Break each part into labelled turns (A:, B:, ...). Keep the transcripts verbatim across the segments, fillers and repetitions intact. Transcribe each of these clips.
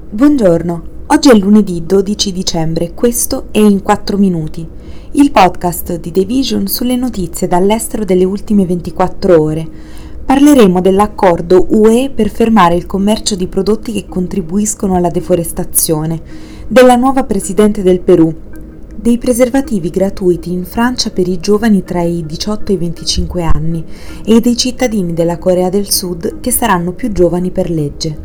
A: Buongiorno, oggi è lunedì dodici dicembre e questo è In quattro minuti, il podcast di The Vision sulle notizie dall'estero delle ultime ventiquattro ore. Parleremo dell'accordo U E per fermare il commercio di prodotti che contribuiscono alla deforestazione, della nuova presidente del Perù, dei preservativi gratuiti in Francia per i giovani tra i diciotto e i venticinque anni e dei cittadini della Corea del Sud che saranno più giovani per legge.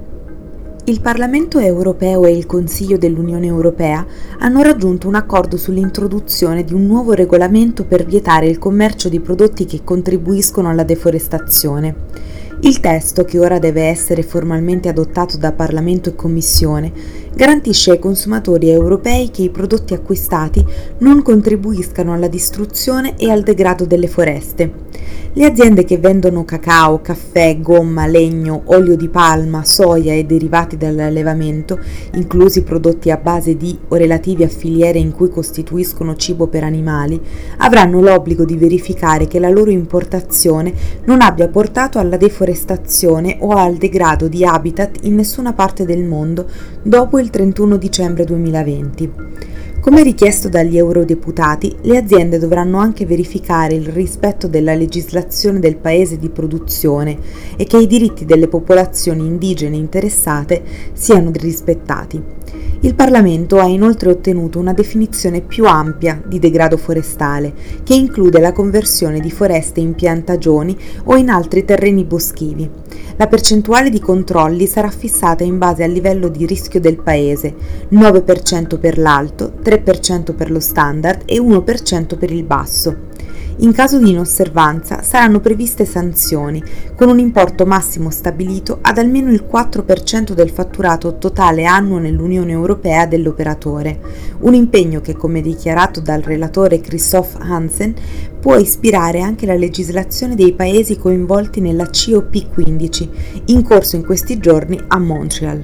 A: Il Parlamento europeo e il Consiglio dell'Unione europea hanno raggiunto un accordo sull'introduzione di un nuovo regolamento per vietare il commercio di prodotti che contribuiscono alla deforestazione. Il testo, che ora deve essere formalmente adottato da Parlamento e Commissione, garantisce ai consumatori europei che i prodotti acquistati non contribuiscano alla distruzione e al degrado delle foreste. Le aziende che vendono cacao, caffè, gomma, legno, olio di palma, soia e derivati dall'allevamento, inclusi prodotti a base di o relativi a filiere in cui costituiscono cibo per animali, avranno l'obbligo di verificare che la loro importazione non abbia portato alla deforestazione o al degrado di habitat in nessuna parte del mondo dopo il trentuno dicembre duemilaventi. Come richiesto dagli eurodeputati, le aziende dovranno anche verificare il rispetto della legislazione del paese di produzione e che i diritti delle popolazioni indigene interessate siano rispettati. Il Parlamento ha inoltre ottenuto una definizione più ampia di degrado forestale, che include la conversione di foreste in piantagioni o in altri terreni boschivi. La percentuale di controlli sarà fissata in base al livello di rischio del paese, nove per cento per l'alto, tre per cento per lo standard e uno per cento per il basso. In caso di inosservanza saranno previste sanzioni, con un importo massimo stabilito ad almeno il quattro per cento del fatturato totale annuo nell'Unione Europea dell'operatore, un impegno che, come dichiarato dal relatore Christoph Hansen, può ispirare anche la legislazione dei paesi coinvolti nella C O P quindici, in corso in questi giorni a Montreal.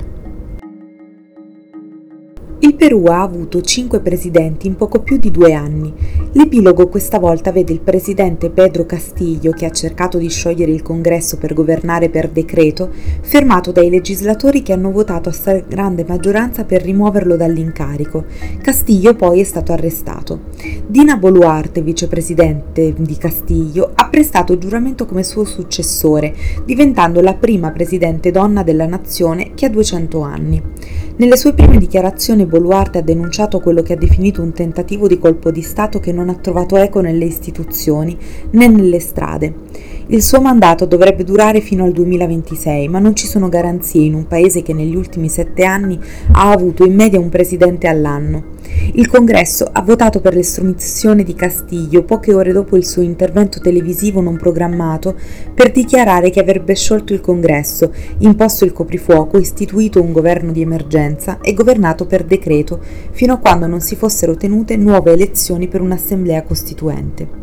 A: Il Perù ha avuto cinque presidenti in poco più di due anni. L'epilogo questa volta vede il presidente Pedro Castillo, che ha cercato di sciogliere il congresso per governare per decreto, fermato dai legislatori che hanno votato a stragrande maggioranza per rimuoverlo dall'incarico. Castillo poi è stato arrestato. Dina Boluarte, vicepresidente di Castillo, ha prestato giuramento come suo successore, diventando la prima presidente donna della nazione che ha duecento anni. Nelle sue prime dichiarazioni Boluarte ha denunciato quello che ha definito un tentativo di colpo di Stato che non ha trovato eco nelle istituzioni né nelle strade. Il suo mandato dovrebbe durare fino al duemilaventisei, ma non ci sono garanzie in un paese che negli ultimi sette anni ha avuto in media un presidente all'anno. Il Congresso ha votato per l'estromissione di Castillo poche ore dopo il suo intervento televisivo non programmato per dichiarare che avrebbe sciolto il Congresso, imposto il coprifuoco, istituito un governo di emergenza e governato per decreto fino a quando non si fossero tenute nuove elezioni per un'assemblea costituente.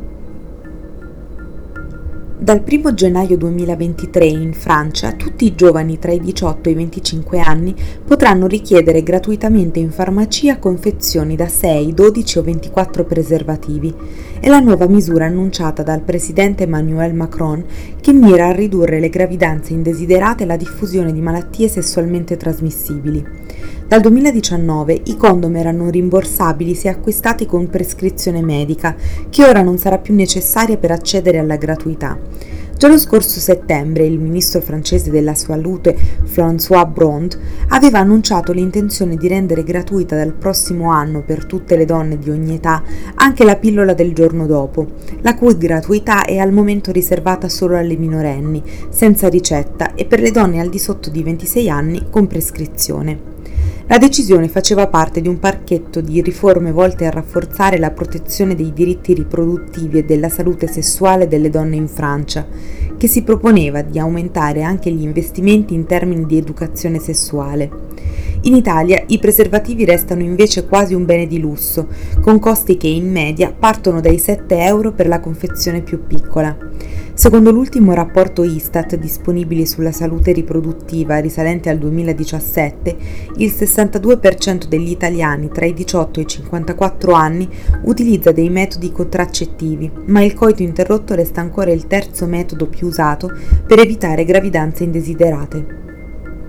A: Dal primo gennaio duemilaventitré in Francia tutti i giovani tra i diciotto e i venticinque anni potranno richiedere gratuitamente in farmacia confezioni da sei, dodici o ventiquattro preservativi. È la nuova misura annunciata dal presidente Emmanuel Macron che mira a ridurre le gravidanze indesiderate e la diffusione di malattie sessualmente trasmissibili. Dal duemiladiciannove i condom erano rimborsabili se acquistati con prescrizione medica, che ora non sarà più necessaria per accedere alla gratuità. Già lo scorso settembre il ministro francese della Salute François Braun aveva annunciato l'intenzione di rendere gratuita dal prossimo anno per tutte le donne di ogni età anche la pillola del giorno dopo, la cui gratuità è al momento riservata solo alle minorenni, senza ricetta, e per le donne al di sotto di ventisei anni con prescrizione. La decisione faceva parte di un pacchetto di riforme volte a rafforzare la protezione dei diritti riproduttivi e della salute sessuale delle donne in Francia, che si proponeva di aumentare anche gli investimenti in termini di educazione sessuale. In Italia i preservativi restano invece quasi un bene di lusso, con costi che in media partono dai sette euro per la confezione più piccola. Secondo l'ultimo rapporto Istat disponibile sulla salute riproduttiva risalente al duemiladiciassette, il sessantadue per cento degli italiani tra i diciotto e i cinquantaquattro anni utilizza dei metodi contraccettivi, ma il coito interrotto resta ancora il terzo metodo più usato per evitare gravidanze indesiderate.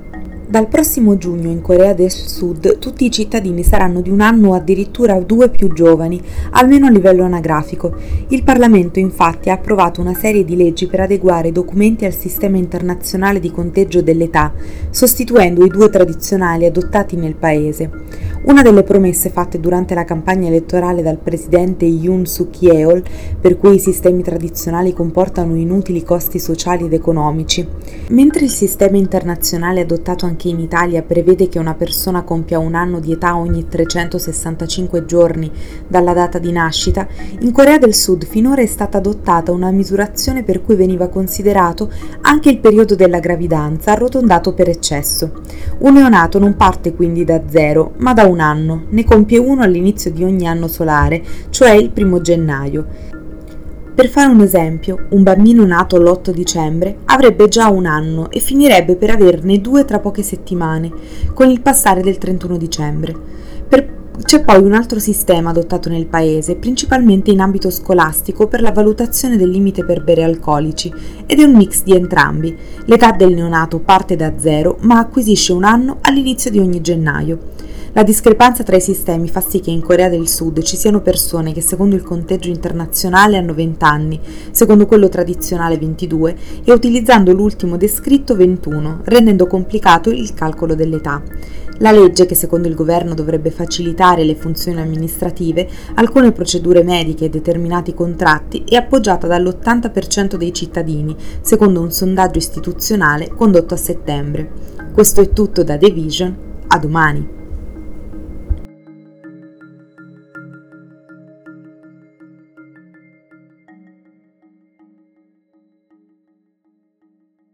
A: Dal prossimo giugno in Corea del Sud tutti i cittadini saranno di un anno o addirittura due più giovani, almeno a livello anagrafico. Il Parlamento infatti ha approvato una serie di leggi per adeguare i documenti al sistema internazionale di conteggio dell'età, sostituendo i due tradizionali adottati nel paese. Una delle promesse fatte durante la campagna elettorale dal presidente Yoon Suk-yeol, per cui i sistemi tradizionali comportano inutili costi sociali ed economici. Mentre il sistema internazionale adottato anche che in Italia prevede che una persona compia un anno di età ogni trecentosessantacinque giorni dalla data di nascita, in Corea del Sud finora è stata adottata una misurazione per cui veniva considerato anche il periodo della gravidanza arrotondato per eccesso. Un neonato non parte quindi da zero, ma da un anno, ne compie uno all'inizio di ogni anno solare, cioè il primo gennaio. Per fare un esempio, un bambino nato l'otto dicembre avrebbe già un anno e finirebbe per averne due tra poche settimane, con il passare del trentuno dicembre. Per C'è poi un altro sistema adottato nel paese, principalmente in ambito scolastico, per la valutazione del limite per bere alcolici, ed è un mix di entrambi. L'età del neonato parte da zero, ma acquisisce un anno all'inizio di ogni gennaio. La discrepanza tra i sistemi fa sì che in Corea del Sud ci siano persone che secondo il conteggio internazionale hanno venti anni, secondo quello tradizionale ventidue e utilizzando l'ultimo descritto ventuno, rendendo complicato il calcolo dell'età. La legge, che secondo il governo dovrebbe facilitare le funzioni amministrative, alcune procedure mediche e determinati contratti, è appoggiata dall'ottanta per cento dei cittadini, secondo un sondaggio istituzionale condotto a settembre. Questo è tutto da The Vision, a domani.